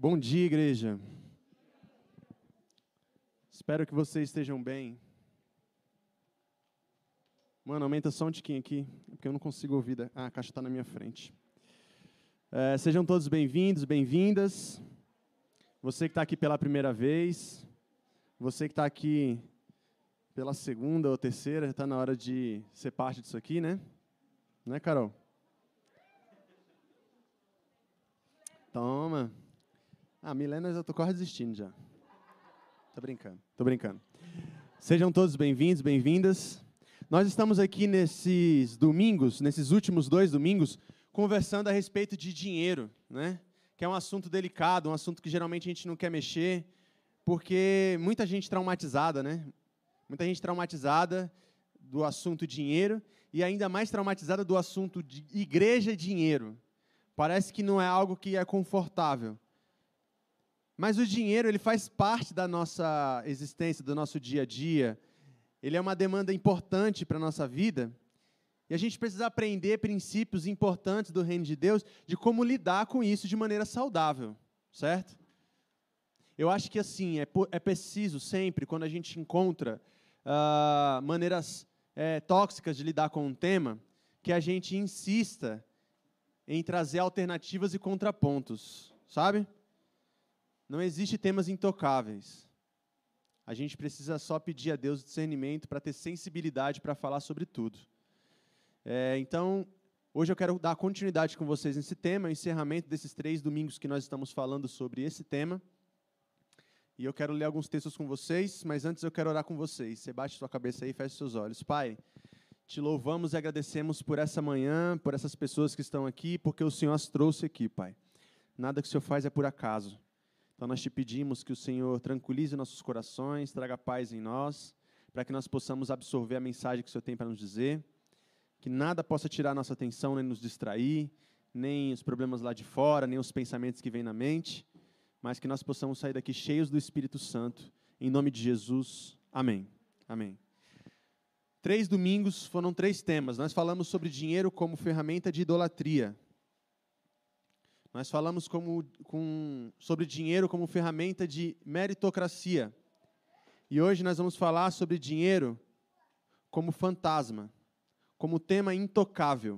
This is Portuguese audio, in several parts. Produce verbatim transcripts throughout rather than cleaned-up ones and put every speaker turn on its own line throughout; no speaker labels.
Bom dia, igreja. Espero que vocês estejam bem. Mano, aumenta só um tiquinho aqui, porque eu não consigo ouvir. Da... Ah, a caixa está na minha frente. É, sejam todos bem-vindos, bem-vindas. Você que está aqui pela primeira vez, você que está aqui pela segunda ou terceira, já está na hora de ser parte disso aqui, né? Né, Carol? Toma. Ah, milênios eu tô quase desistindo já. Tô brincando, tô brincando. Sejam todos bem-vindos, bem-vindas. Nós estamos aqui nesses domingos, nesses últimos dois domingos, conversando a respeito de dinheiro, né? Que é um assunto delicado, um assunto que geralmente a gente não quer mexer, porque muita gente traumatizada, né? Muita gente traumatizada do assunto dinheiro e ainda mais traumatizada do assunto de igreja e dinheiro. Parece que não é algo que é confortável. Mas o dinheiro, ele faz parte da nossa existência, do nosso dia a dia. Ele é uma demanda importante para a nossa vida. E a gente precisa aprender princípios importantes do reino de Deus, de como lidar com isso de maneira saudável, certo? Eu acho que, assim, é, é preciso sempre, quando a gente encontra uh, maneiras é, tóxicas de lidar com um tema, que a gente insista em trazer alternativas e contrapontos, sabe? Não existe temas intocáveis. A gente precisa só pedir a Deus discernimento para ter sensibilidade para falar sobre tudo. É, então, hoje eu quero dar continuidade com vocês nesse tema, o encerramento desses três domingos que nós estamos falando sobre esse tema. E eu quero ler alguns textos com vocês, mas antes eu quero orar com vocês. Você baixe sua cabeça aí e feche seus olhos. Pai, te louvamos e agradecemos por essa manhã, por essas pessoas que estão aqui, porque o Senhor as trouxe aqui, Pai. Nada que o Senhor faz é por acaso. Então, nós te pedimos que o Senhor tranquilize nossos corações, traga paz em nós, para que nós possamos absorver a mensagem que o Senhor tem para nos dizer, que nada possa tirar a nossa atenção, nem nos distrair, nem os problemas lá de fora, nem os pensamentos que vêm na mente, mas que nós possamos sair daqui cheios do Espírito Santo. Em nome de Jesus, amém. Amém. Três domingos foram três temas. Nós falamos sobre dinheiro como ferramenta de idolatria. Nós falamos como, com, sobre dinheiro como ferramenta de meritocracia. E hoje nós vamos falar sobre dinheiro como fantasma, como tema intocável.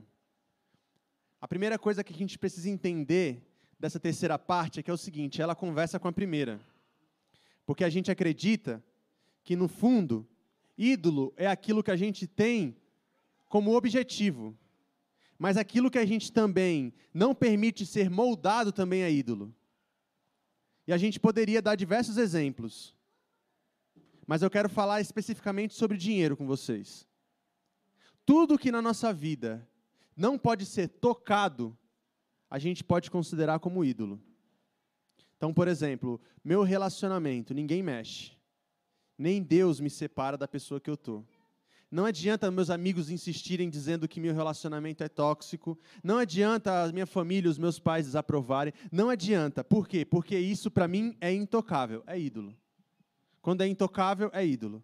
A primeira coisa que a gente precisa entender dessa terceira parte é que é o seguinte, ela conversa com a primeira. Porque a gente acredita que, no fundo, ídolo é aquilo que a gente tem como objetivo. Mas aquilo que a gente também não permite ser moldado também é ídolo. E a gente poderia dar diversos exemplos. Mas eu quero falar especificamente sobre dinheiro com vocês. Tudo que na nossa vida não pode ser tocado, a gente pode considerar como ídolo. Então, por exemplo, meu relacionamento, ninguém mexe. Nem Deus me separa da pessoa que eu estou. Não adianta meus amigos insistirem dizendo que meu relacionamento é tóxico. Não adianta a minha família, os meus pais desaprovarem. Não adianta. Por quê? Porque isso, para mim, é intocável. É ídolo. Quando é intocável, é ídolo.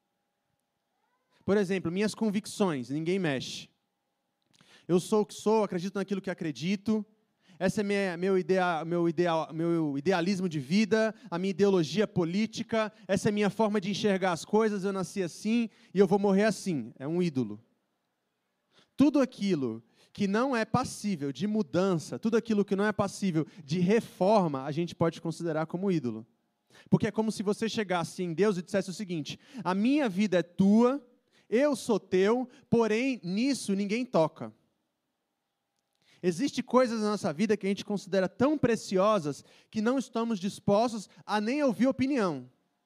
Por exemplo, minhas convicções, ninguém mexe. Eu sou o que sou, acredito naquilo que acredito. Esse é minha, meu, idea, meu, ideal, meu idealismo de vida, a minha ideologia política, essa é a minha forma de enxergar as coisas, eu nasci assim e eu vou morrer assim. É um ídolo. Tudo aquilo que não é passível de mudança, tudo aquilo que não é passível de reforma, a gente pode considerar como ídolo. Porque é como se você chegasse em Deus e dissesse o seguinte, a minha vida é tua, eu sou teu, porém nisso ninguém toca. Existem coisas na nossa vida que a gente considera tão preciosas que não estamos dispostos a nem ouvir opinião.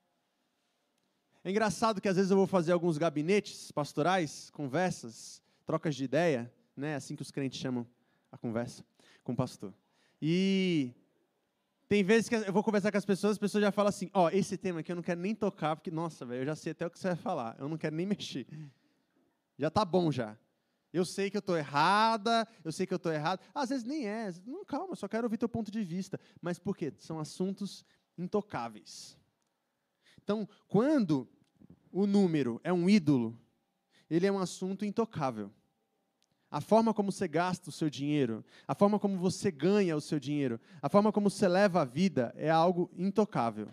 É engraçado que às vezes eu vou fazer alguns gabinetes pastorais, conversas, trocas de ideia, né? Assim que os crentes chamam a conversa com o pastor. E tem vezes que eu vou conversar com as pessoas, as pessoas já falam assim, ó, oh, esse tema aqui eu não quero nem tocar, porque, nossa, velho, eu já sei até o que você vai falar, eu não quero nem mexer. Já tá bom já. Eu sei que eu estou errada, eu sei que eu estou errado. Às vezes nem é. Não, calma, eu só quero ouvir teu ponto de vista. Mas por quê? São assuntos intocáveis. Então, quando o número é um ídolo, ele é um assunto intocável. A forma como você gasta o seu dinheiro, a forma como você ganha o seu dinheiro, a forma como você leva a vida é algo intocável.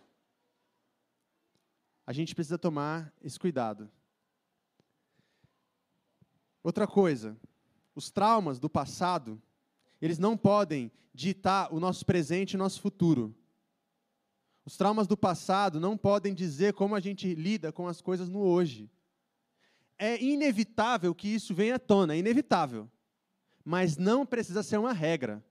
A gente precisa tomar esse cuidado. Outra coisa, os traumas do passado, eles não podem ditar o nosso presente e o nosso futuro. Os traumas do passado não podem dizer como a gente lida com as coisas no hoje. É inevitável que isso venha à tona, é inevitável. Mas não precisa ser uma regra.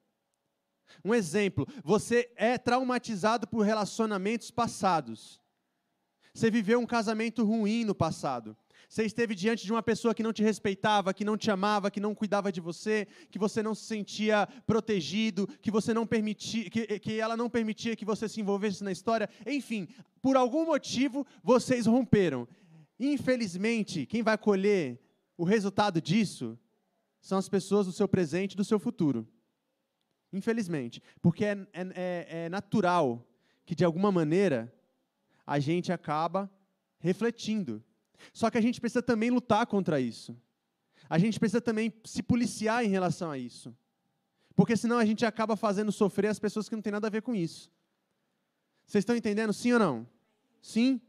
Um exemplo, você é traumatizado por relacionamentos passados. Você viveu um casamento ruim no passado. Você esteve diante de uma pessoa que não te respeitava, que não te amava, que não cuidava de você, que você não se sentia protegido, que, você não permitia, que, que ela não permitia que você se envolvesse na história. Enfim, por algum motivo, vocês romperam. Infelizmente, quem vai colher o resultado disso são as pessoas do seu presente e do seu futuro. Infelizmente. Porque é, é, é natural que, de alguma maneira, a gente acaba refletindo. Só que a gente precisa também lutar contra isso. A gente precisa também se policiar em relação a isso. Porque senão a gente acaba fazendo sofrer as pessoas que não têm nada a ver com isso. Vocês estão entendendo, sim ou não? Sim?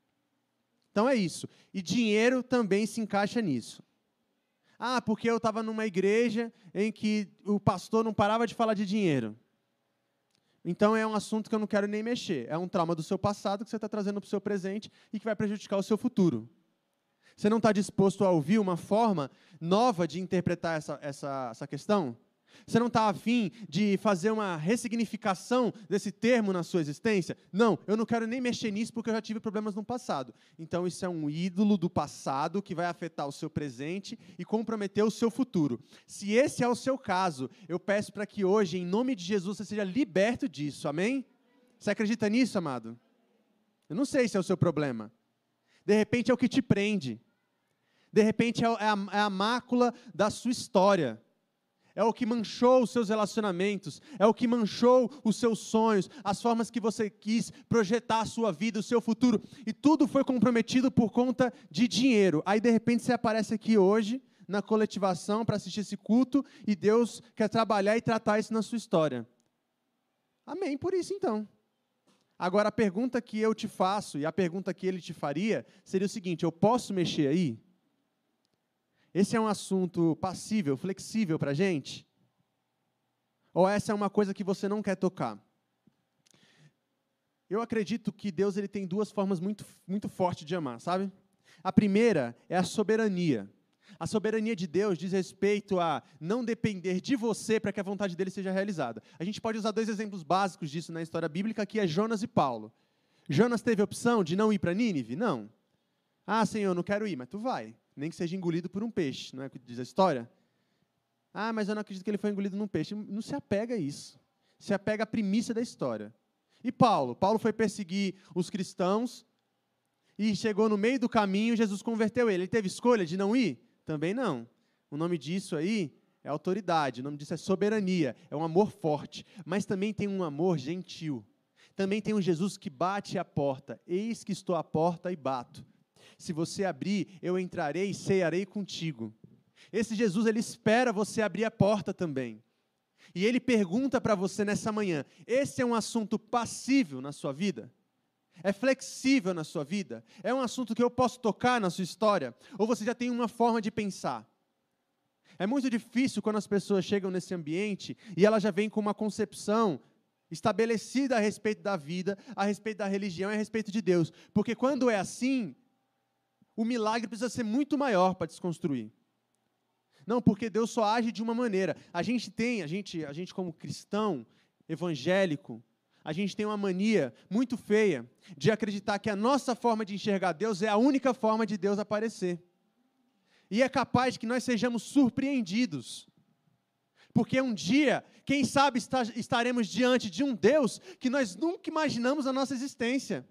Então é isso. E dinheiro também se encaixa nisso. Ah, porque eu estava numa igreja em que o pastor não parava de falar de dinheiro. Então é um assunto que eu não quero nem mexer. É um trauma do seu passado que você está trazendo para o seu presente e que vai prejudicar o seu futuro. Você não está disposto a ouvir uma forma nova de interpretar essa, essa, essa questão? Você não está afim de fazer uma ressignificação desse termo na sua existência? Não, eu não quero nem mexer nisso porque eu já tive problemas no passado. Então isso é um ídolo do passado que vai afetar o seu presente e comprometer o seu futuro. Se esse é o seu caso, eu peço para que hoje, em nome de Jesus, você seja liberto disso, amém? Você acredita nisso, amado? Eu não sei se é o seu problema. De repente é o que te prende. De repente é a, é a mácula da sua história. É o que manchou os seus relacionamentos, é o que manchou os seus sonhos, as formas que você quis projetar a sua vida, o seu futuro, e tudo foi comprometido por conta de dinheiro. Aí, de repente, você aparece aqui hoje, na coletivação, para assistir esse culto, e Deus quer trabalhar e tratar isso na sua história. Amém por isso, então. Agora, a pergunta que eu te faço, e a pergunta que ele te faria, seria o seguinte: eu posso mexer aí? Esse é um assunto passível, flexível para a gente? Ou essa é uma coisa que você não quer tocar? Eu acredito que Deus ele tem duas formas muito, muito fortes de amar, sabe? A primeira é a soberania. A soberania de Deus diz respeito a não depender de você para que a vontade dele seja realizada. A gente pode usar dois exemplos básicos disso na história bíblica, que é Jonas e Paulo. Jonas teve a opção de não ir para Nínive? Não. Ah, Senhor, eu não quero ir, mas tu vai. Nem que seja engolido por um peixe, não é o que diz a história? Ah, mas eu não acredito que ele foi engolido num peixe. Não se apega a isso. Se apega à primícia da história. E Paulo? Paulo foi perseguir os cristãos e chegou no meio do caminho, Jesus converteu ele. Ele teve escolha de não ir? Também não. O nome disso aí é autoridade, o nome disso é soberania, é um amor forte. Mas também tem um amor gentil. Também tem um Jesus que bate à porta. Eis que estou à porta e bato. Se você abrir, eu entrarei e cearei contigo. Esse Jesus, ele espera você abrir a porta também. E ele pergunta para você nessa manhã, esse é um assunto passível na sua vida? É flexível na sua vida? É um assunto que eu posso tocar na sua história? Ou você já tem uma forma de pensar? É muito difícil quando as pessoas chegam nesse ambiente e elas já vêm com uma concepção estabelecida a respeito da vida, a respeito da religião e a respeito de Deus. Porque quando é assim, o milagre precisa ser muito maior para desconstruir. Não, porque Deus só age de uma maneira. A gente tem, a gente, a gente como cristão, evangélico, a gente tem uma mania muito feia de acreditar que a nossa forma de enxergar Deus é a única forma de Deus aparecer. E é capaz de que nós sejamos surpreendidos. Porque um dia, quem sabe, estaremos diante de um Deus que nós nunca imaginamos na nossa existência.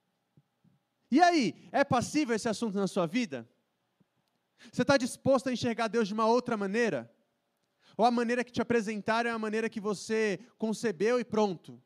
E aí, é passível esse assunto na sua vida? Você está disposto a enxergar Deus de uma outra maneira? Ou a maneira que te apresentaram é a maneira que você concebeu e pronto?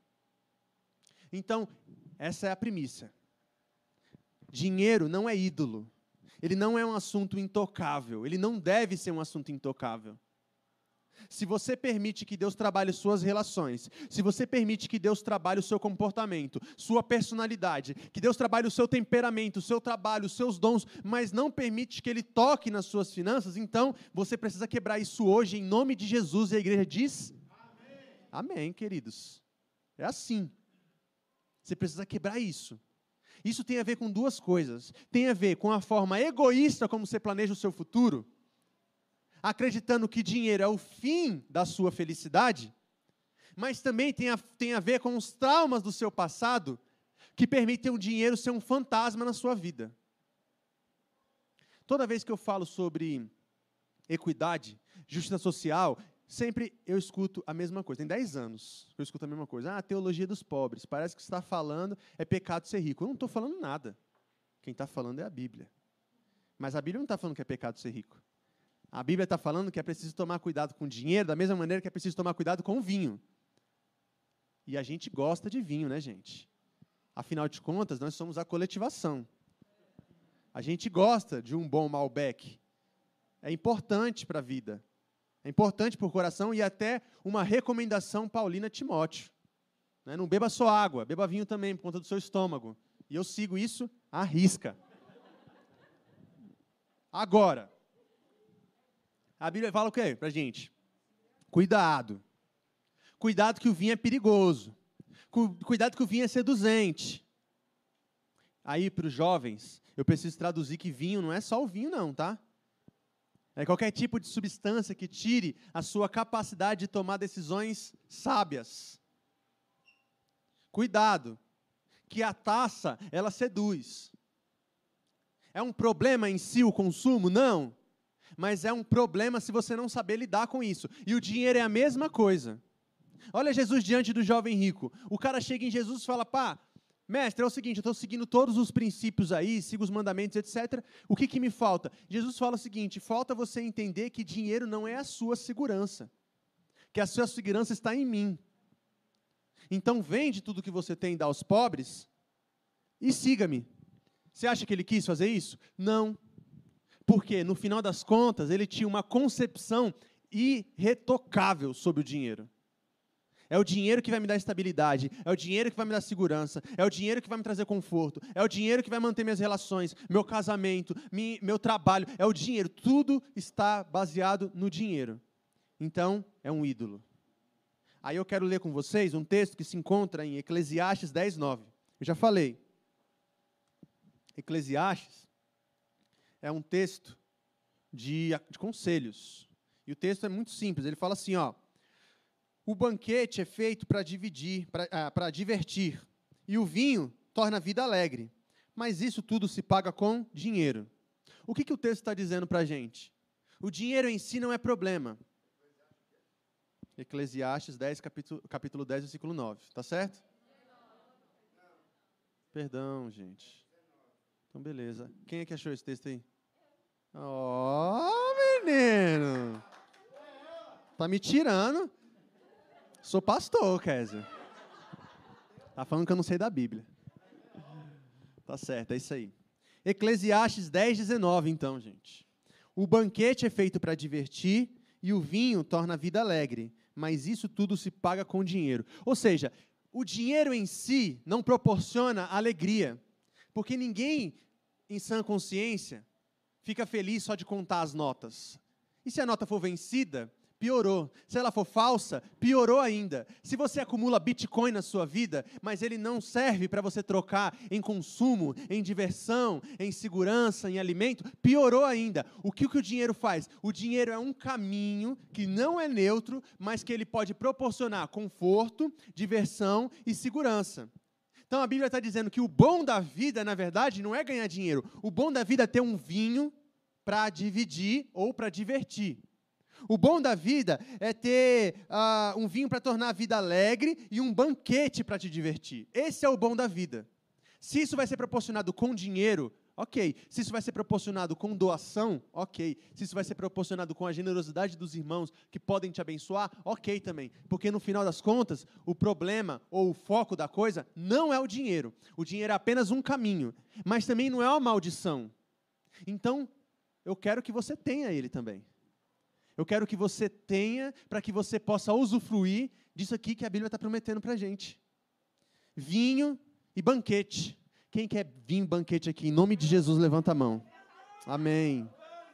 Então, essa é a premissa. Dinheiro não é ídolo. ele não é um assunto intocável, ele não deve ser um assunto intocável. Se você permite que Deus trabalhe suas relações, se você permite que Deus trabalhe o seu comportamento, sua personalidade, que Deus trabalhe o seu temperamento, o seu trabalho, os seus dons, mas não permite que Ele toque nas suas finanças, então você precisa quebrar isso hoje em nome de Jesus. E a igreja diz: Amém, Amém, queridos. É assim. Você precisa quebrar isso. Isso tem a ver com duas coisas. Tem a ver com a forma egoísta como você planeja o seu futuro, acreditando que dinheiro é o fim da sua felicidade, mas também tem a, tem a ver com os traumas do seu passado, que permitem o dinheiro ser um fantasma na sua vida. Toda vez que eu falo sobre equidade, justiça social, sempre eu escuto a mesma coisa. Tem dez anos que eu escuto a mesma coisa. Ah, a teologia dos pobres. Parece que você está falando é pecado ser rico. Eu não estou falando nada. Quem está falando é a Bíblia. Mas a Bíblia não está falando que é pecado ser rico. A Bíblia está falando que é preciso tomar cuidado com o dinheiro, da mesma maneira que é preciso tomar cuidado com o vinho. E a gente gosta de vinho, né, gente? Afinal de contas, nós somos a coletivação. A gente gosta de um bom Malbec. É importante para a vida. É importante para o coração e até uma recomendação paulina a Timóteo. Né? Não beba só água, beba vinho também, por conta do seu estômago. E eu sigo isso à risca. Agora, a Bíblia fala o quê para a gente? Cuidado. Cuidado que o vinho é perigoso. Cuidado que o vinho é seduzente. Aí, para os jovens, eu preciso traduzir que vinho não é só o vinho não, tá? É qualquer tipo de substância que tire a sua capacidade de tomar decisões sábias. Cuidado, que a taça, ela seduz. É um problema em si o consumo? Não. Mas é um problema se você não saber lidar com isso. E o dinheiro é a mesma coisa. Olha Jesus diante do jovem rico. O cara chega em Jesus e fala: pá, mestre, é o seguinte, eu estou seguindo todos os princípios aí, sigo os mandamentos, etcétera. O que, que me falta? Jesus fala o seguinte: falta você entender que dinheiro não é a sua segurança. Que a sua segurança está em mim. Então vende tudo que você tem e dá aos pobres e siga-me. Você acha que ele quis fazer isso? Não. Porque, no final das contas, ele tinha uma concepção irretocável sobre o dinheiro. É o dinheiro que vai me dar estabilidade, é o dinheiro que vai me dar segurança, é o dinheiro que vai me trazer conforto, é o dinheiro que vai manter minhas relações, meu casamento, mi, meu trabalho, é o dinheiro. Tudo está baseado no dinheiro. Então, é um ídolo. Aí eu quero ler com vocês um texto que se encontra em Eclesiastes dez, nove. Eu já falei. Eclesiastes é um texto de, de conselhos. E o texto é muito simples. Ele fala assim, ó: o banquete é feito para dividir, para ah, para divertir, e o vinho torna a vida alegre. Mas isso tudo se paga com dinheiro. O que, que o texto está dizendo para a gente? O dinheiro em si não é problema. Eclesiastes dez, capítulo, capítulo dez, versículo nove. Tá certo? Perdão, gente. Então, beleza. Quem é que achou esse texto aí? Ó, oh, menino! Tá me tirando. Sou pastor, Kézia. Tá falando que eu não sei da Bíblia. Tá certo, é isso aí. Eclesiastes dez, dezenove, então, gente. O banquete é feito para divertir e o vinho torna a vida alegre, mas isso tudo se paga com dinheiro. Ou seja, o dinheiro em si não proporciona alegria, porque ninguém, em sã consciência, fica feliz só de contar as notas. E se a nota for vencida, piorou. Se ela for falsa, piorou ainda. Se você acumula Bitcoin na sua vida, mas ele não serve para você trocar em consumo, em diversão, em segurança, em alimento, piorou ainda. O que, que o dinheiro faz? O dinheiro é um caminho que não é neutro, mas que ele pode proporcionar conforto, diversão e segurança. Então a Bíblia está dizendo que o bom da vida, na verdade, não é ganhar dinheiro. O bom da vida é ter um vinho para dividir ou para divertir. O bom da vida é ter uh, um vinho para tornar a vida alegre e um banquete para te divertir. Esse é o bom da vida. Se isso vai ser proporcionado com dinheiro, ok. Se isso vai ser proporcionado com doação, ok. Se isso vai ser proporcionado com a generosidade dos irmãos que podem te abençoar, ok também. Porque no final das contas, o problema ou o foco da coisa não é o dinheiro. O dinheiro é apenas um caminho, mas também não é uma maldição. Então, eu quero que você tenha ele também. Eu quero que você tenha, para que você possa usufruir disso aqui que a Bíblia está prometendo para a gente. Vinho e banquete. Quem quer vinho e banquete aqui? Em nome de Jesus, levanta a mão. Amém.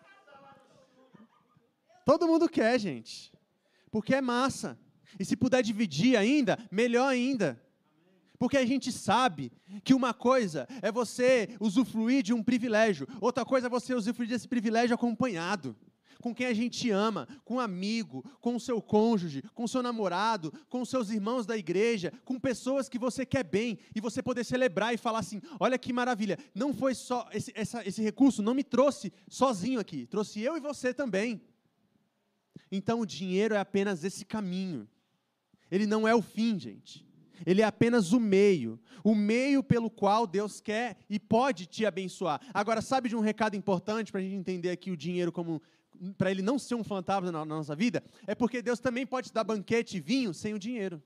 Todo mundo quer, gente. Porque é massa. E se puder dividir ainda, melhor ainda. Porque a gente sabe que uma coisa é você usufruir de um privilégio, outra coisa é você usufruir desse privilégio acompanhado. Com quem a gente ama, com um amigo, com o seu cônjuge, com o seu namorado, com os seus irmãos da igreja, com pessoas que você quer bem, e você poder celebrar e falar assim, olha que maravilha, não foi só, esse, essa, esse recurso não me trouxe sozinho aqui, trouxe eu e você também. Então o dinheiro é apenas esse caminho, ele não é o fim, gente, ele é apenas o meio, o meio pelo qual Deus quer e pode te abençoar. Agora, sabe de um recado importante para a gente entender aqui o dinheiro como... para ele não ser um fantasma na nossa vida, é porque Deus também pode te dar banquete e vinho sem o dinheiro.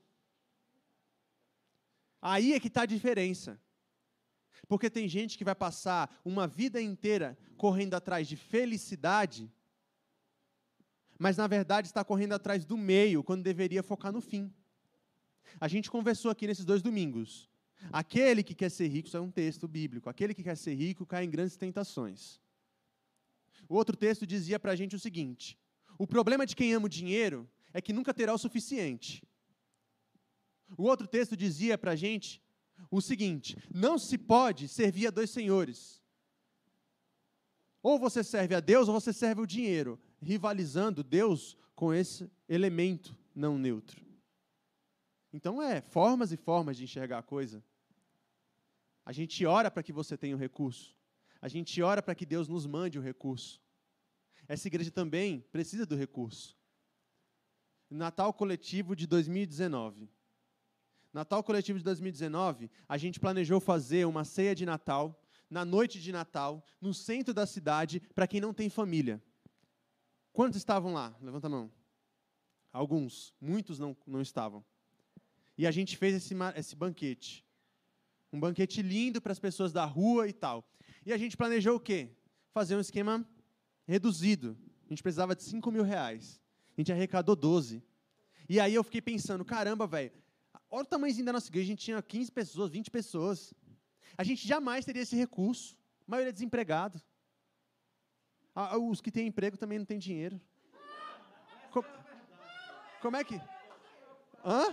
Aí é que está a diferença. Porque tem gente que vai passar uma vida inteira correndo atrás de felicidade, mas na verdade está correndo atrás do meio, quando deveria focar no fim. A gente conversou aqui nesses dois domingos. Aquele que quer ser rico, isso é um texto bíblico, aquele que quer ser rico cai em grandes tentações. O outro texto dizia para a gente o seguinte, o problema de quem ama o dinheiro é que nunca terá o suficiente. O outro texto dizia para a gente o seguinte, não se pode servir a dois senhores. Ou você serve a Deus ou você serve o dinheiro, rivalizando Deus com esse elemento não neutro. Então é formas e formas de enxergar a coisa. A gente ora para que você tenha o recurso. A gente ora para que Deus nos mande o recurso. Essa igreja também precisa do recurso. Natal Coletivo de dois mil e dezenove. Natal Coletivo de dois mil e dezenove, a gente planejou fazer uma ceia de Natal, na noite de Natal, no centro da cidade, para quem não tem família. Quantos estavam lá? Levanta a mão. Alguns, muitos não, não estavam. E a gente fez esse, esse banquete. Um banquete lindo para as pessoas da rua e tal. E a gente planejou o quê? Fazer um esquema reduzido. A gente precisava de cinco mil reais. A gente arrecadou doze. E aí eu fiquei pensando, caramba, velho, olha o tamanhozinho da nossa igreja, a gente tinha quinze pessoas, vinte pessoas. A gente jamais teria esse recurso. A maioria é desempregado. Os que têm emprego também não têm dinheiro. Como, como é que... Hã?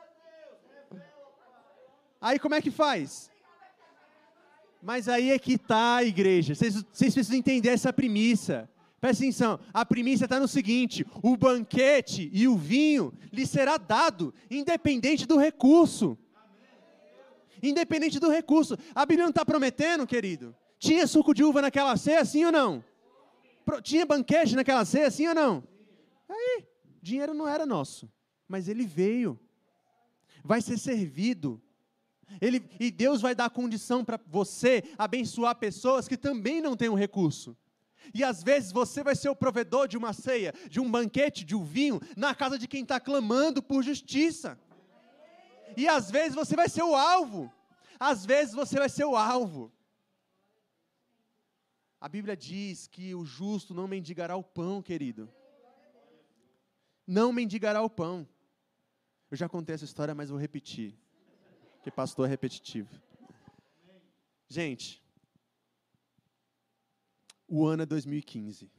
Aí como é que faz? Mas aí é que está a igreja. Vocês, vocês precisam entender essa premissa. Presta atenção, a premissa está no seguinte, o banquete e o vinho lhe será dado, independente do recurso. Independente do recurso. A Bíblia não está prometendo, querido? Tinha suco de uva naquela ceia, sim ou não? Tinha banquete naquela ceia, sim ou não? Aí, dinheiro não era nosso, mas ele veio. Vai ser servido. Ele, e Deus vai dar condição para você abençoar pessoas que também não têm um recurso. E às vezes você vai ser o provedor de uma ceia, de um banquete, de um vinho, na casa de quem está clamando por justiça. E às vezes você vai ser o alvo. Às vezes você vai ser o alvo. A Bíblia diz que o justo não mendigará o pão, querido. Não mendigará o pão. Eu já contei essa história, mas vou repetir. Porque pastor é repetitivo. Gente, o ano é dois mil e quinze.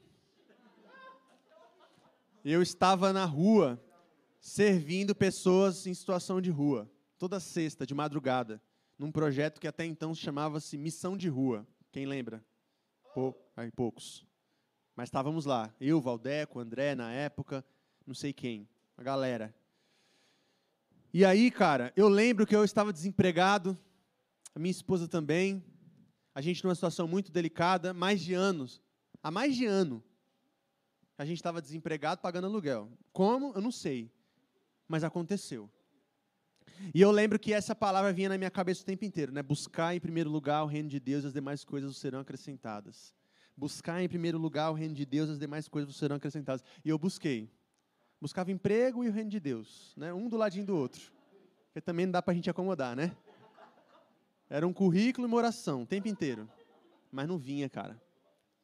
Eu estava na rua, servindo pessoas em situação de rua, toda sexta, de madrugada, num projeto que até então chamava-se Missão de Rua. Quem lembra? Pou, aí, poucos. Mas estávamos lá, eu, Valdeco, André, na época, não sei quem, a galera. E aí, cara, eu lembro que eu estava desempregado, a minha esposa também, a gente numa situação muito delicada, mais de anos, há mais de ano, a gente estava desempregado pagando aluguel. Como? Eu não sei, mas aconteceu. E eu lembro que essa palavra vinha na minha cabeça o tempo inteiro, né? Buscar em primeiro lugar o reino de Deus e as demais coisas serão acrescentadas. Buscar em primeiro lugar o reino de Deus e as demais coisas serão acrescentadas. E eu busquei. Buscava emprego e o reino de Deus, né? Um do ladinho do outro. Porque também não dá para a gente acomodar, né? Era um currículo e uma oração, o tempo inteiro. Mas não vinha, cara.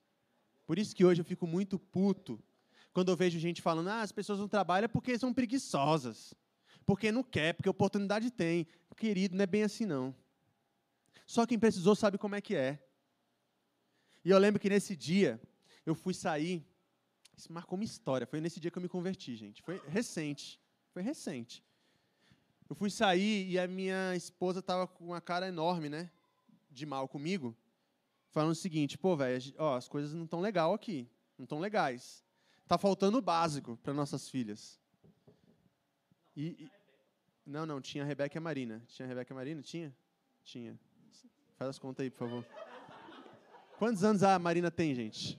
Por isso que hoje eu fico muito puto quando eu vejo gente falando, ah, as pessoas não trabalham porque são preguiçosas, porque não quer, porque oportunidade tem. Querido, não é bem assim, não. Só quem precisou sabe como é que é. E eu lembro que nesse dia, eu fui sair, isso marcou uma história, foi nesse dia que eu me converti, gente. Foi recente, foi recente. Eu fui sair e a minha esposa estava com uma cara enorme, né, de mal comigo, falando o seguinte, pô, velho, ó, as coisas não estão legal aqui, não estão legais. Está faltando o básico para nossas filhas. E, e, não, não, tinha a Rebeca e a Marina. Tinha a Rebeca e a Marina? Tinha? Tinha. Faz as contas aí, por favor. Quantos anos a Marina tem, gente?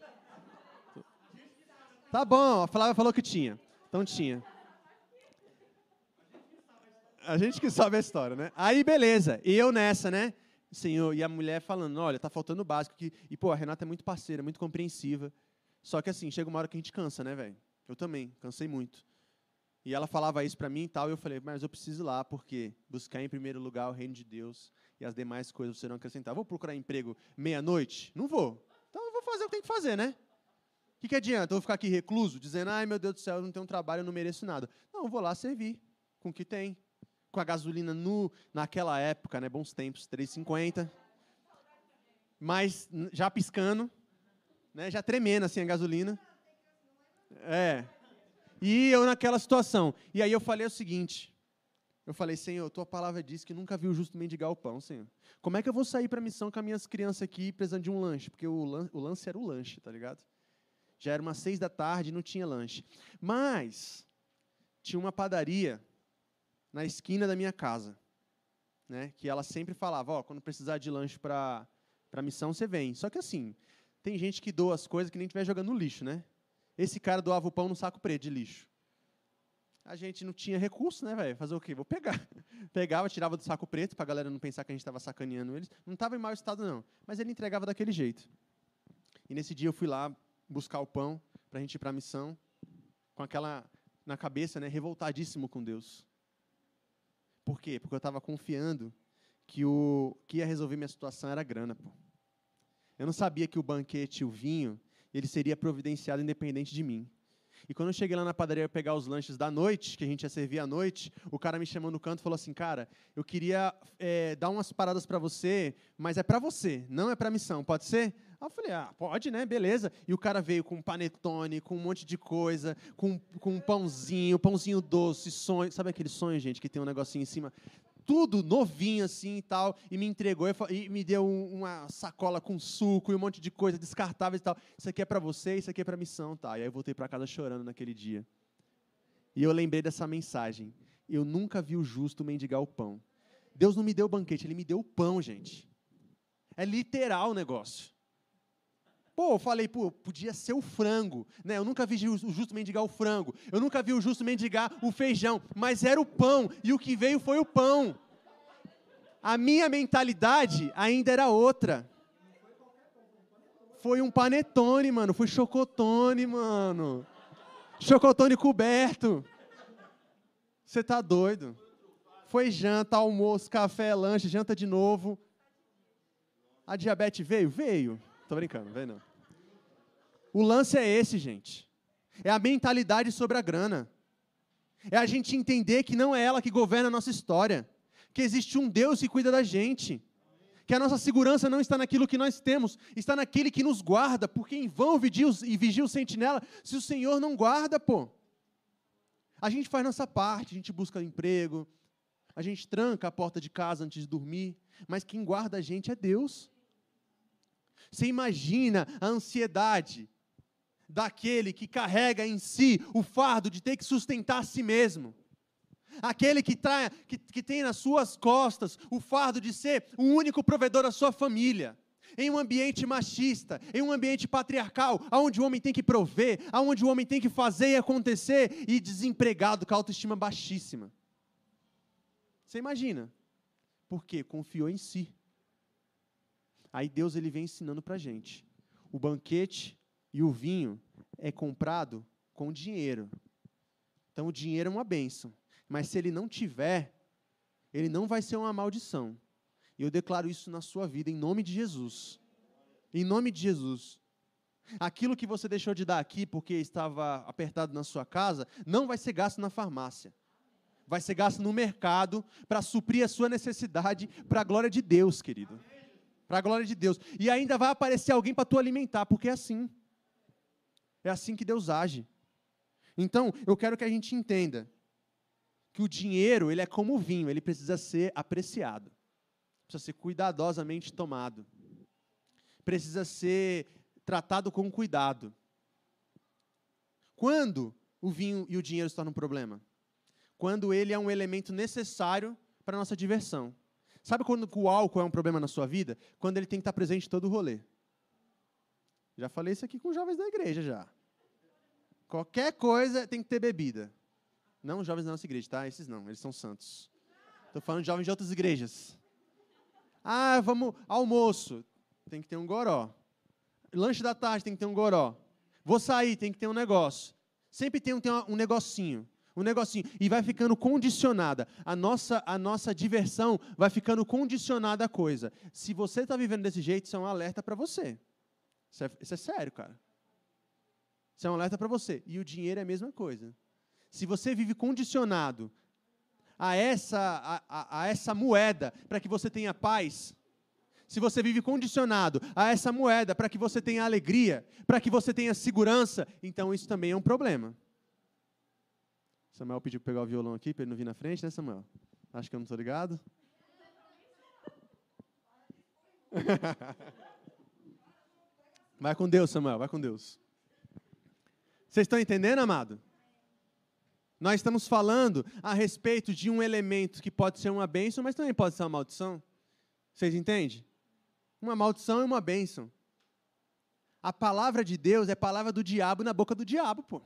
Tá bom, a Flávia falou que tinha. Então tinha. A gente que sabe a história, né? Aí, beleza. E eu nessa, né? Senhor, e a mulher falando, olha, tá faltando o básico. Que... E, pô, a Renata é muito parceira, muito compreensiva. Só que, assim, chega uma hora que a gente cansa, né, velho? Eu também, cansei muito. E ela falava isso pra mim e tal, e eu falei, mas eu preciso ir lá, porque buscar em primeiro lugar o reino de Deus e as demais coisas serão acrescentadas. Vou procurar emprego meia-noite? Não vou. Então eu vou fazer o que tem que fazer, né? O que, que adianta? Eu vou ficar aqui recluso, dizendo, ai, meu Deus do céu, eu não tenho um trabalho, eu não mereço nada. Não, eu vou lá servir com o que tem. Com a gasolina no, naquela época, né, bons tempos, três e cinquenta. Mas já piscando, né, já tremendo assim a gasolina. É. E eu naquela situação. E aí eu falei o seguinte, eu falei, Senhor, tua palavra diz que nunca viu o justo mendigar o pão, Senhor. Como é que eu vou sair para a missão com as minhas crianças aqui precisando de um lanche? Porque o, lan o lance era o lanche, tá ligado? Já era umas seis da tarde e não tinha lanche. Mas tinha uma padaria na esquina da minha casa, né, que ela sempre falava, ó, quando precisar de lanche para a missão, você vem. Só que assim, tem gente que doa as coisas que nem estiver jogando no lixo, né? Esse cara doava o pão no saco preto de lixo. A gente não tinha recurso, né, velho? Fazer o quê? Vou pegar. Pegava, tirava do saco preto, para a galera não pensar que a gente estava sacaneando eles. Não estava em mau estado, não. Mas ele entregava daquele jeito. E nesse dia eu fui lá buscar o pão para a gente ir para a missão, com aquela na cabeça, né, revoltadíssimo com Deus. Por quê? Porque eu estava confiando que o que ia resolver minha situação era a grana, pô. Eu não sabia que o banquete e o vinho, ele seria providenciado independente de mim. E quando eu cheguei lá na padaria para pegar os lanches da noite, que a gente ia servir à noite, o cara me chamou no canto e falou assim, cara, eu queria é, dar umas paradas para você, mas é para você, não é para a missão, pode ser? Aí eu falei, ah, pode, né, beleza. E o cara veio com panetone, com um monte de coisa, com, com um pãozinho, pãozinho doce, sonho, sabe aquele sonho, gente, que tem um negocinho em cima? Tudo novinho assim e tal, e me entregou, e me deu um, uma sacola com suco e um monte de coisa descartável e tal. Isso aqui é para você, isso aqui é para a missão, tá? E aí eu voltei para casa chorando naquele dia. E eu lembrei dessa mensagem. Eu nunca vi o justo mendigar o pão. Deus não me deu o banquete, Ele me deu o pão, gente. É literal o negócio. Pô, eu falei, pô, podia ser o frango, né? Eu nunca vi o justo mendigar o frango, eu nunca vi o justo mendigar o feijão, mas era o pão, e o que veio foi o pão. A minha mentalidade ainda era outra. Foi um panetone, mano, foi chocotone, mano. Chocotone coberto. Você tá doido? Foi janta, almoço, café, lanche, janta de novo. A diabetes veio? Veio. Tô brincando, vem não. O lance é esse, gente. É a mentalidade sobre a grana. É a gente entender que não é ela que governa a nossa história. Que existe um Deus que cuida da gente. Que a nossa segurança não está naquilo que nós temos, está naquele que nos guarda. Porque em vão vigia e vigia o sentinela se o Senhor não guarda, pô. A gente faz nossa parte, a gente busca emprego, a gente tranca a porta de casa antes de dormir, mas quem guarda a gente é Deus. Você imagina a ansiedade daquele que carrega em si o fardo de ter que sustentar a si mesmo. Aquele que, trai, que, que tem nas suas costas o fardo de ser o único provedor da sua família. Em um ambiente machista, em um ambiente patriarcal, onde o homem tem que prover, onde o homem tem que fazer e acontecer, e desempregado com a autoestima baixíssima. Você imagina? Por quê? Confiou em si. Aí Deus ele vem ensinando para a gente. O banquete e o vinho é comprado com dinheiro. Então o dinheiro é uma bênção. Mas se ele não tiver, ele não vai ser uma maldição. E eu declaro isso na sua vida, em nome de Jesus. Em nome de Jesus. Aquilo que você deixou de dar aqui porque estava apertado na sua casa, não vai ser gasto na farmácia. Vai ser gasto no mercado para suprir a sua necessidade para a glória de Deus, querido. Para a glória de Deus. E ainda vai aparecer alguém para tu alimentar, porque é assim. É assim que Deus age. Então, eu quero que a gente entenda que o dinheiro, ele é como o vinho, ele precisa ser apreciado. Precisa ser cuidadosamente tomado. Precisa ser tratado com cuidado. Quando o vinho e o dinheiro se tornam um problema? Quando ele é um elemento necessário para a nossa diversão. Sabe quando o álcool é um problema na sua vida? Quando ele tem que estar presente em todo o rolê. Já falei isso aqui com os jovens da igreja, já. Qualquer coisa tem que ter bebida. Não os jovens da nossa igreja, tá? Esses não, eles são santos. Estou falando de jovens de outras igrejas. Ah, vamos, almoço, tem que ter um goró. Lanche da tarde tem que ter um goró. Vou sair, tem que ter um negócio. Sempre tem um, tem um negocinho. Um negocinho. E vai ficando condicionada. A nossa, a nossa diversão vai ficando condicionada à coisa. Se você está vivendo desse jeito, isso é um alerta para você. Isso é, isso é sério, cara. Isso é um alerta para você. E o dinheiro é a mesma coisa. Se você vive condicionado a essa, a, a, a essa moeda para que você tenha paz, se você vive condicionado a essa moeda para que você tenha alegria, para que você tenha segurança, então isso também é um problema. Samuel pediu para pegar o violão aqui, para ele não vir na frente, né, Samuel? Acho que eu não estou ligado. Vai com Deus, Samuel, vai com Deus. Vocês estão entendendo, amado? Nós estamos falando a respeito de um elemento que pode ser uma bênção, mas também pode ser uma maldição. Vocês entendem? Uma maldição e uma bênção. A palavra de Deus é palavra do diabo na boca do diabo, pô.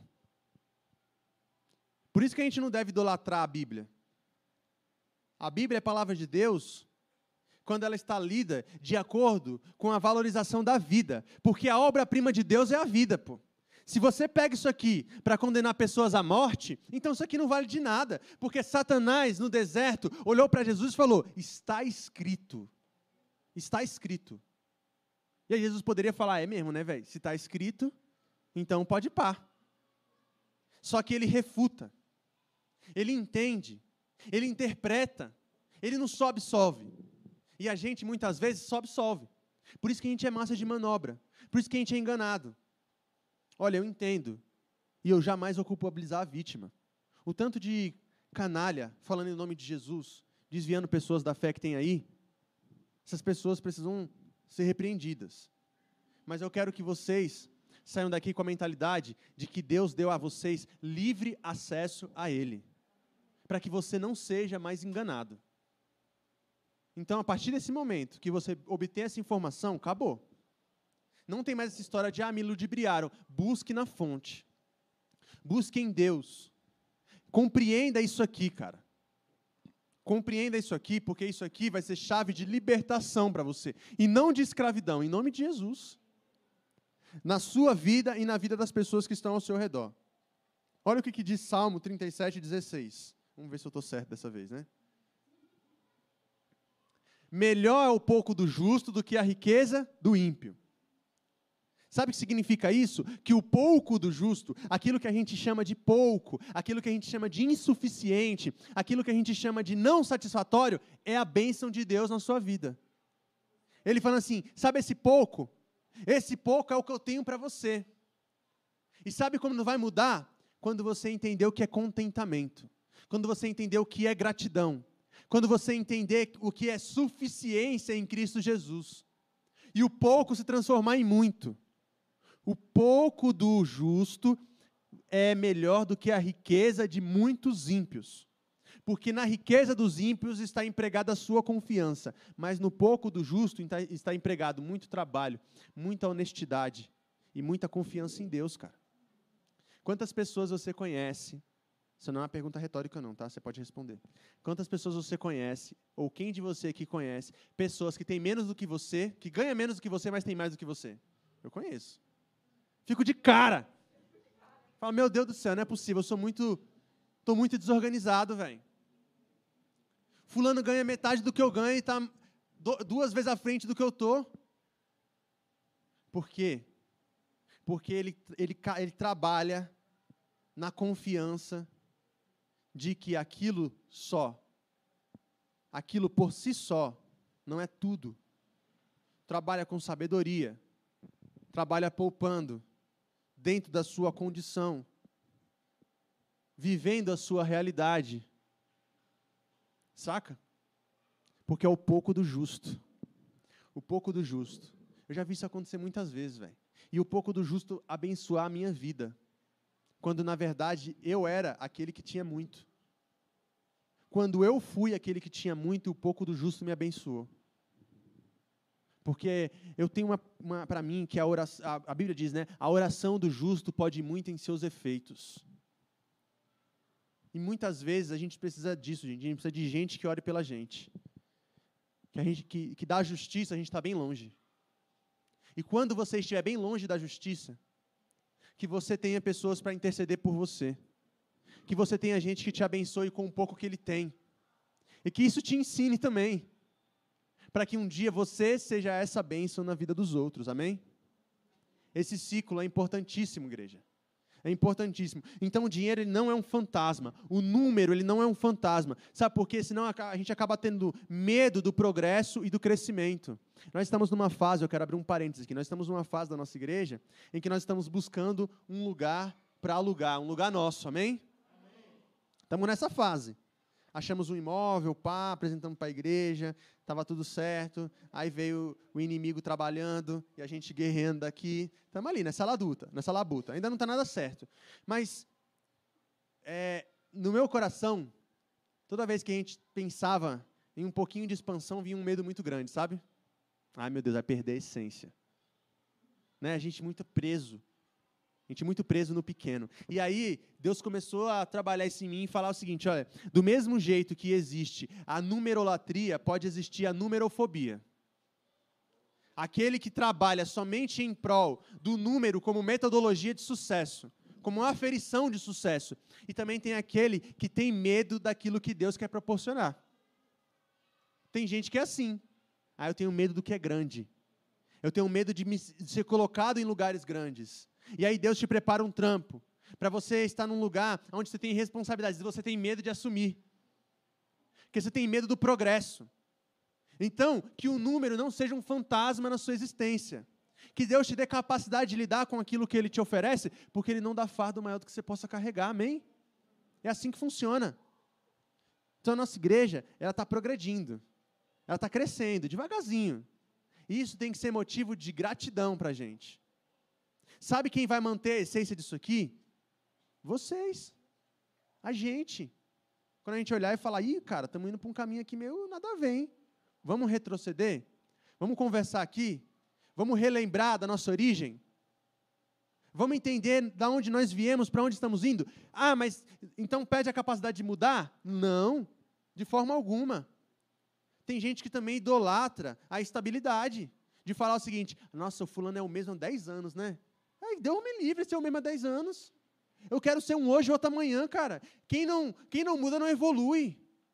Por isso que a gente não deve idolatrar a Bíblia. A Bíblia é palavra de Deus quando ela está lida de acordo com a valorização da vida. Porque a obra-prima de Deus é a vida, pô. Se você pega isso aqui para condenar pessoas à morte, então isso aqui não vale de nada. Porque Satanás, no deserto, olhou para Jesus e falou, está escrito. Está escrito. E aí Jesus poderia falar, é mesmo, né, velho? Se está escrito, então pode pá. Só que ele refuta. Ele entende, ele interpreta, ele não só absolve. E a gente, muitas vezes, só absolve. Por isso que a gente é massa de manobra. Por isso que a gente é enganado. Olha, eu entendo. E eu jamais vou culpabilizar a vítima. O tanto de canalha, falando em nome de Jesus, desviando pessoas da fé que tem aí, essas pessoas precisam ser repreendidas. Mas eu quero que vocês saiam daqui com a mentalidade de que Deus deu a vocês livre acesso a Ele, para que você não seja mais enganado. Então, a partir desse momento que você obtém essa informação, acabou. Não tem mais essa história de, ah, me ludibriaram. Busque na fonte. Busque em Deus. Compreenda isso aqui, cara. Compreenda isso aqui, porque isso aqui vai ser chave de libertação para você. E não de escravidão, em nome de Jesus. Na sua vida e na vida das pessoas que estão ao seu redor. Olha o que, que diz Salmo trinta e sete, dezesseis. Vamos ver se eu estou certo dessa vez, né? Melhor é o pouco do justo do que a riqueza do ímpio. Sabe o que significa isso? Que o pouco do justo, aquilo que a gente chama de pouco, aquilo que a gente chama de insuficiente, aquilo que a gente chama de não satisfatório, é a bênção de Deus na sua vida. Ele fala assim, sabe esse pouco? Esse pouco é o que eu tenho para você. E sabe como não vai mudar? Quando você entender o que é contentamento. Quando você entender o que é gratidão. Quando você entender o que é suficiência em Cristo Jesus. E o pouco se transformar em muito. O pouco do justo é melhor do que a riqueza de muitos ímpios. Porque na riqueza dos ímpios está empregada a sua confiança. Mas no pouco do justo está empregado muito trabalho, muita honestidade e muita confiança em Deus, cara. Quantas pessoas você conhece? Isso não é uma pergunta retórica não, tá? Você pode responder. Quantas pessoas você conhece, ou quem de você que conhece, pessoas que têm menos do que você, que ganham menos do que você, mas têm mais do que você? Eu conheço. Fico de cara. Falo, meu Deus do céu, não é possível, eu sou muito, estou muito desorganizado, velho. Fulano ganha metade do que eu ganho e está duas vezes à frente do que eu estou. Por quê? Porque ele, ele, ele trabalha na confiança de que aquilo só, aquilo por si só, não é tudo. Trabalha com sabedoria, trabalha poupando, dentro da sua condição, vivendo a sua realidade. Saca? Porque é o pouco do justo. O pouco do justo. Eu já vi isso acontecer muitas vezes, velho. E o pouco do justo abençoar a minha vida. Quando, na verdade, eu era aquele que tinha muito. Quando eu fui aquele que tinha muito, o pouco do justo me abençoou. Porque eu tenho uma, uma para mim, que a, oração, a, a Bíblia diz, né? A oração do justo pode muito em seus efeitos. E muitas vezes a gente precisa disso, gente. A gente precisa de gente que ore pela gente. Que, a gente, que, que da justiça a gente está bem longe. E quando você estiver bem longe da justiça, que você tenha pessoas para interceder por você. Que você tenha gente que te abençoe com o pouco que ele tem. E que isso te ensine também. Para que um dia você seja essa bênção na vida dos outros. Amém? Esse ciclo é importantíssimo, igreja. É importantíssimo. Então, o dinheiro ele não é um fantasma. O número ele não é um fantasma. Sabe por quê? Senão a gente acaba tendo medo do progresso e do crescimento. Nós estamos numa fase, eu quero abrir um parênteses aqui, nós estamos numa fase da nossa igreja em que nós estamos buscando um lugar para alugar, um lugar nosso. Amém? Amém. Estamos nessa fase. Achamos um imóvel, pá, apresentamos para a igreja, estava tudo certo, aí veio o inimigo trabalhando, e a gente guerreando daqui, estamos ali, nessa laduta, nessa labuta, ainda não está nada certo. Mas, é, no meu coração, toda vez que a gente pensava em um pouquinho de expansão, vinha um medo muito grande, sabe? Ai, meu Deus, vai perder a essência. Né? A gente muito preso. A gente muito preso no pequeno. E aí, Deus começou a trabalhar isso em mim e falar o seguinte, olha, do mesmo jeito que existe a numerolatria, pode existir a numerofobia. Aquele que trabalha somente em prol do número como metodologia de sucesso, como uma aferição de sucesso. E também tem aquele que tem medo daquilo que Deus quer proporcionar. Tem gente que é assim. Ah, eu tenho medo do que é grande. Eu tenho medo de, me, de ser colocado em lugares grandes. E aí Deus te prepara um trampo para você estar num lugar onde você tem responsabilidades, e você tem medo de assumir. Porque você tem medo do progresso. Então, que o número não seja um fantasma na sua existência. Que Deus te dê capacidade de lidar com aquilo que Ele te oferece, porque Ele não dá fardo maior do que você possa carregar, amém? É assim que funciona. Então, a nossa igreja, ela está progredindo. Ela está crescendo, devagarzinho. E isso tem que ser motivo de gratidão para a gente. Sabe quem vai manter a essência disso aqui? Vocês. A gente. Quando a gente olhar e falar, ih, cara, estamos indo para um caminho aqui meio nada a ver, hein? Vamos retroceder? Vamos conversar aqui? Vamos relembrar da nossa origem? Vamos entender de onde nós viemos, para onde estamos indo? Ah, mas então perde a capacidade de mudar? Não, de forma alguma. Tem gente que também idolatra a estabilidade, de falar o seguinte, nossa, o fulano é o mesmo há dez anos, né? Ai, Deus me livre de ser o mesmo há dez anos. Eu quero ser um hoje e outro amanhã, cara. Quem não, quem não muda não evolui.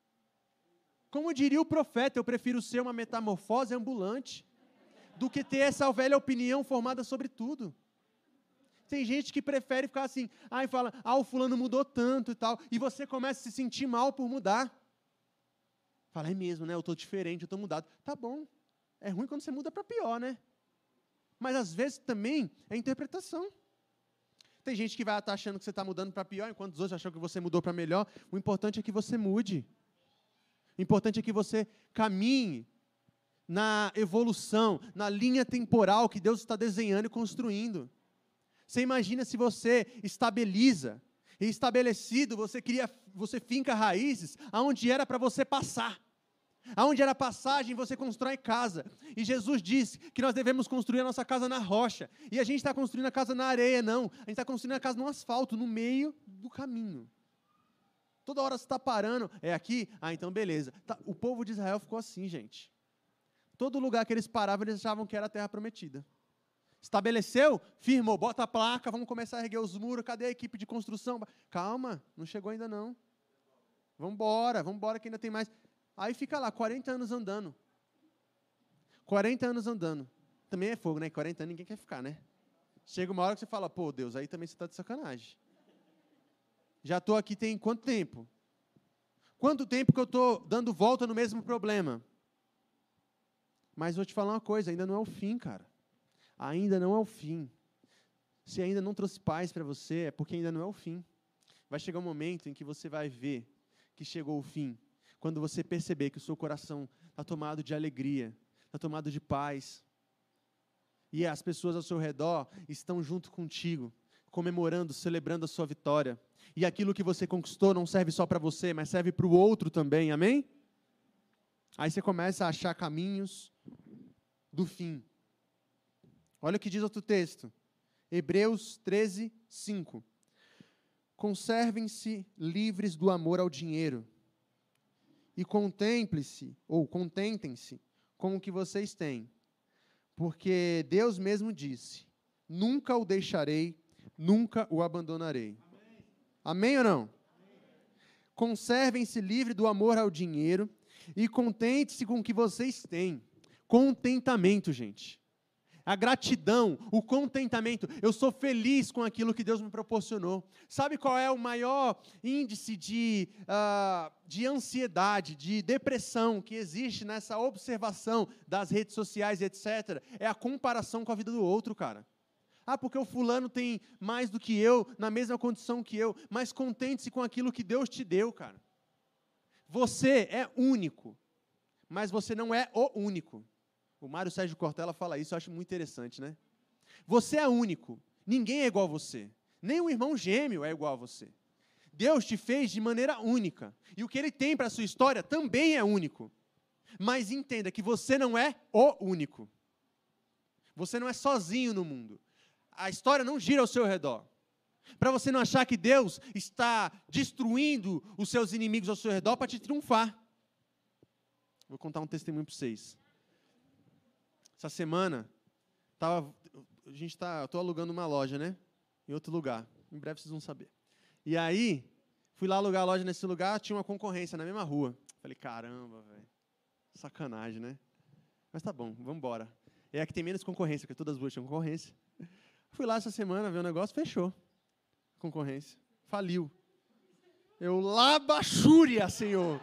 Como diria o profeta, eu prefiro ser uma metamorfose ambulante do que ter essa velha opinião formada sobre tudo. Tem gente que prefere ficar assim, ah, e fala, ah, o fulano mudou tanto e tal, e você começa a se sentir mal por mudar. Fala, é mesmo, né? Eu estou diferente, eu estou mudado. Tá bom. É ruim quando você muda para pior, né? Mas às vezes também é interpretação. Tem gente que vai estar achando que você está mudando para pior, enquanto os outros acham que você mudou para melhor. O importante é que você mude. O importante é que você caminhe na evolução, na linha temporal que Deus está desenhando e construindo. Você imagina se você estabiliza, e estabelecido, você cria, você finca raízes aonde era para você passar. Aonde era passagem, você constrói casa. E Jesus disse que nós devemos construir a nossa casa na rocha. E a gente está construindo a casa na areia, não. A gente está construindo a casa no asfalto, no meio do caminho. Toda hora você está parando. É aqui? Ah, então beleza. Tá. O povo de Israel ficou assim, gente. Todo lugar que eles paravam, eles achavam que era a terra prometida. Estabeleceu, firmou, bota a placa, vamos começar a erguer os muros. Cadê a equipe de construção? Calma, não chegou ainda não. Vamos embora, vamos embora que ainda tem mais... Aí fica lá, quarenta anos andando. quarenta anos andando. Também é fogo, né? quarenta anos ninguém quer ficar, né? Chega uma hora que você fala, pô, Deus, aí também você está de sacanagem. Já estou aqui tem quanto tempo? Quanto tempo que eu estou dando volta no mesmo problema? Mas vou te falar uma coisa, ainda não é o fim, cara. Ainda não é o fim. Se ainda não trouxe paz para você, é porque ainda não é o fim. Vai chegar um momento em que você vai ver que chegou o fim. Quando você perceber que o seu coração está tomado de alegria, está tomado de paz. E as pessoas ao seu redor estão junto contigo, comemorando, celebrando a sua vitória. E aquilo que você conquistou não serve só para você, mas serve para o outro também, amém? Aí você começa a achar caminhos do fim. Olha o que diz outro texto. Hebreus treze, cinco. Conservem-se livres do amor ao dinheiro e contemple-se, ou contentem-se com o que vocês têm. Porque Deus mesmo disse, nunca o deixarei, nunca o abandonarei. Amém, Amém ou não? Amém. Conservem-se livres do amor ao dinheiro e contente-se com o que vocês têm. Contentamento, gente. A gratidão, o contentamento. Eu sou feliz com aquilo que Deus me proporcionou. Sabe qual é o maior índice de, uh, de ansiedade, de depressão que existe nessa observação das redes sociais, etcétera? É a comparação com a vida do outro, cara. Ah, porque o fulano tem mais do que eu, na mesma condição que eu. Mas contente-se com aquilo que Deus te deu, cara. Você é único, mas você não é o único. O Mário Sérgio Cortella fala isso, eu acho muito interessante, né? Você é único, ninguém é igual a você. Nem um irmão gêmeo é igual a você. Deus te fez de maneira única. E o que Ele tem para a sua história também é único. Mas entenda que você não é o único. Você não é sozinho no mundo. A história não gira ao seu redor. Para você não achar que Deus está destruindo os seus inimigos ao seu redor para te triunfar. Vou contar um testemunho para vocês. Essa semana, tava, a gente tá, eu estou alugando uma loja, né? Em outro lugar. Em breve vocês vão saber. E aí, fui lá alugar a loja nesse lugar, tinha uma concorrência na mesma rua. Falei, caramba, velho. Sacanagem, né? Mas tá bom, vamos embora. É a que tem menos concorrência, porque todas as ruas tinham concorrência. Fui lá essa semana ver o negócio, fechou. Concorrência. Faliu. Eu, labachúria, Senhor.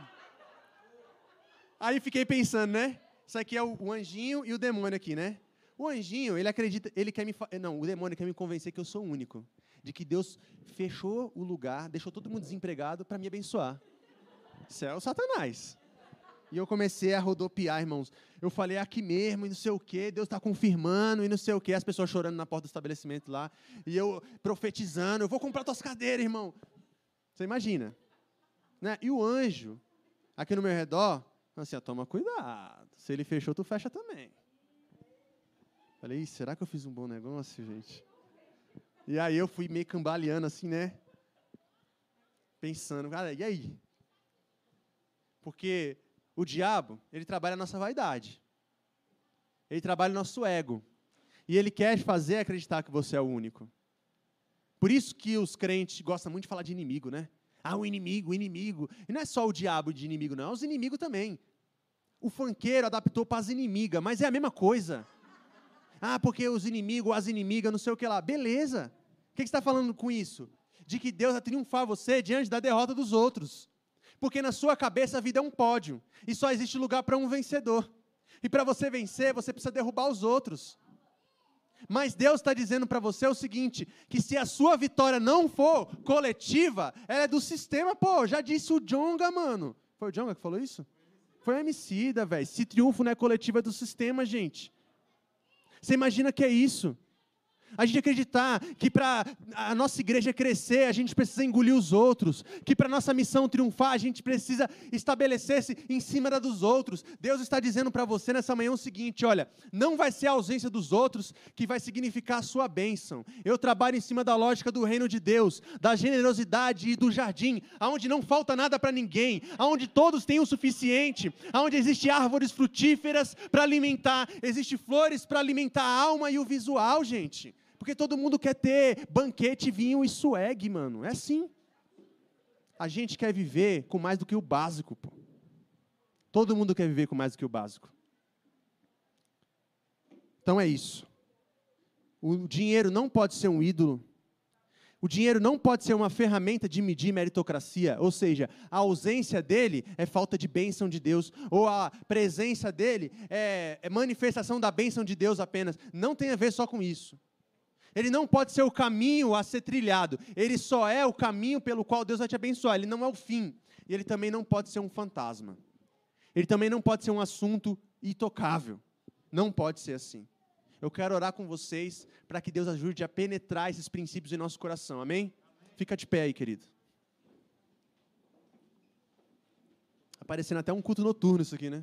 Aí fiquei pensando, né? Isso aqui é o, o anjinho e o demônio aqui, né? O anjinho, ele acredita, ele quer me... Não, o demônio quer me convencer que eu sou o único. De que Deus fechou o lugar, deixou todo mundo desempregado para me abençoar. Isso é o Satanás. E eu comecei a rodopiar, irmãos. Eu falei aqui mesmo, e não sei o quê, Deus está confirmando, e não sei o quê. As pessoas chorando na porta do estabelecimento lá. E eu profetizando, eu vou comprar tuas cadeiras, irmão. Você imagina. Né? E o anjo, aqui no meu redor, assim, ó, toma cuidado. Se ele fechou, tu fecha também. Falei, será que eu fiz um bom negócio, gente? E aí eu fui meio cambaleando assim, né? Pensando, cara, e aí? Porque o diabo, ele trabalha a nossa vaidade. Ele trabalha o nosso ego. E ele quer fazer acreditar que você é o único. Por isso que os crentes gostam muito de falar de inimigo, né? Ah, o inimigo, o inimigo. E não é só o diabo de inimigo, não. É os inimigos também. O funkeiro adaptou para as inimigas, mas é a mesma coisa. Ah, porque os inimigos, as inimigas, não sei o que lá. Beleza. O que você está falando com isso? De que Deus vai triunfar você diante da derrota dos outros. Porque na sua cabeça a vida é um pódio. E só existe lugar para um vencedor. E para você vencer, você precisa derrubar os outros. Mas Deus está dizendo para você o seguinte, que se a sua vitória não for coletiva, ela é do sistema, pô, já disse o Djonga, mano. Foi o Djonga que falou isso? Foi o Emicida, velho. Se triunfo não é coletivo, é do sistema, gente. Você imagina que é isso? A gente acreditar que para a nossa igreja crescer, a gente precisa engolir os outros. Que para a nossa missão triunfar, a gente precisa estabelecer-se em cima da dos outros. Deus está dizendo para você nessa manhã o seguinte, olha, não vai ser a ausência dos outros que vai significar a sua bênção. Eu trabalho em cima da lógica do reino de Deus, da generosidade e do jardim, onde não falta nada para ninguém, onde todos têm o suficiente, onde existem árvores frutíferas para alimentar, existem flores para alimentar a alma e o visual, gente. Porque todo mundo quer ter banquete, vinho e swag, mano. É assim. A gente quer viver com mais do que o básico, pô. Todo mundo quer viver com mais do que o básico. Então é isso. O dinheiro não pode ser um ídolo. O dinheiro não pode ser uma ferramenta de medir meritocracia, ou seja, a ausência dele é falta de bênção de Deus, ou a presença dele é, é manifestação da bênção de Deus apenas. Não tem a ver só com isso. Ele não pode ser o caminho a ser trilhado, ele só é o caminho pelo qual Deus vai te abençoar, ele não é o fim. E ele também não pode ser um fantasma. Ele também não pode ser um assunto intocável. Não pode ser assim. Eu quero orar com vocês para que Deus ajude a penetrar esses princípios em nosso coração, amém? Fica de pé aí, querido. Aparecendo até um culto noturno isso aqui, né?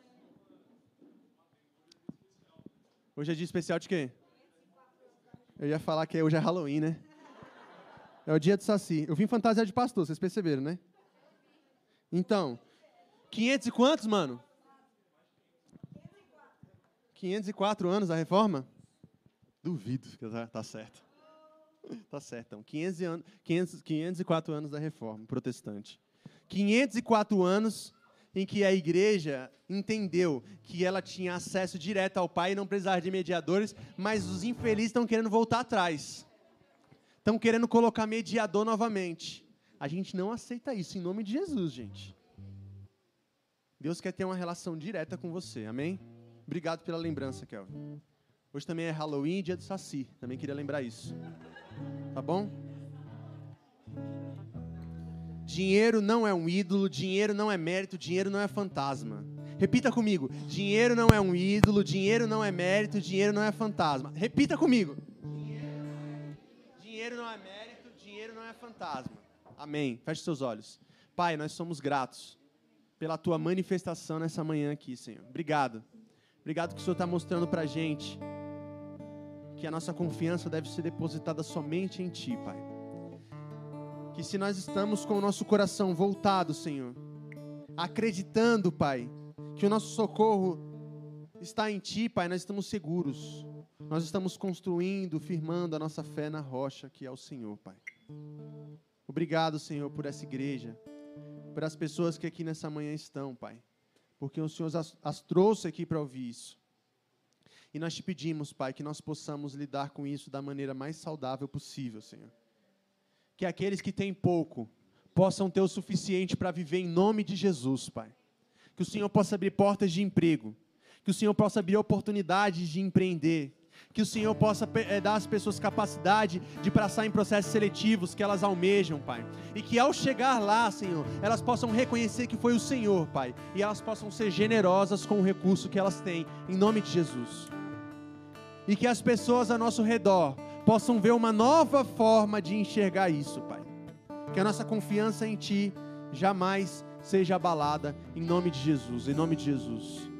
Hoje é dia especial de quê? Eu ia falar que hoje é Halloween, né? É o dia do Saci. Eu vim fantasiar de pastor, vocês perceberam, né? Então, quinhentos e quantos, mano? quinhentos e quatro anos da reforma? Duvido que tá, tá certo. Tá certo, então. quinhentos, anos, quinhentos, quinhentos e quatro anos da reforma protestante. quinhentos e quatro anos em que a igreja entendeu que ela tinha acesso direto ao Pai e não precisava de mediadores, mas os infelizes estão querendo voltar atrás. Estão querendo colocar mediador novamente. A gente não aceita isso, em nome de Jesus, gente. Deus quer ter uma relação direta com você, amém? Obrigado pela lembrança, Kelvin. Hoje também é Halloween e dia do Saci. Também queria lembrar isso. Tá bom? Dinheiro não é um ídolo, dinheiro não é mérito, dinheiro não é fantasma. Repita comigo. Dinheiro não é um ídolo, dinheiro não é mérito, dinheiro não é fantasma. Repita comigo. Dinheiro não é mérito, dinheiro não é fantasma. Amém. Feche seus olhos. Pai, nós somos gratos pela Tua manifestação nessa manhã aqui, Senhor. Obrigado. Obrigado que o Senhor está mostrando para a gente que a nossa confiança deve ser depositada somente em Ti, Pai. Que se nós estamos com o nosso coração voltado, Senhor, acreditando, Pai, que o nosso socorro está em Ti, Pai, nós estamos seguros. Nós estamos construindo, firmando a nossa fé na rocha que é o Senhor, Pai. Obrigado, Senhor, por essa igreja, por as pessoas que aqui nessa manhã estão, Pai. Porque o Senhor as, as trouxe aqui para ouvir isso. E nós te pedimos, Pai, que nós possamos lidar com isso da maneira mais saudável possível, Senhor. Que aqueles que têm pouco possam ter o suficiente para viver em nome de Jesus, Pai. Que o Senhor possa abrir portas de emprego. Que o Senhor possa abrir oportunidades de empreender. Que o Senhor possa é, dar às pessoas capacidade de passar em processos seletivos que elas almejam, Pai. E que ao chegar lá, Senhor, elas possam reconhecer que foi o Senhor, Pai. E elas possam ser generosas com o recurso que elas têm, em nome de Jesus. E que as pessoas ao nosso redor possam ver uma nova forma de enxergar isso, Pai. Que a nossa confiança em Ti jamais seja abalada, em nome de Jesus, em nome de Jesus.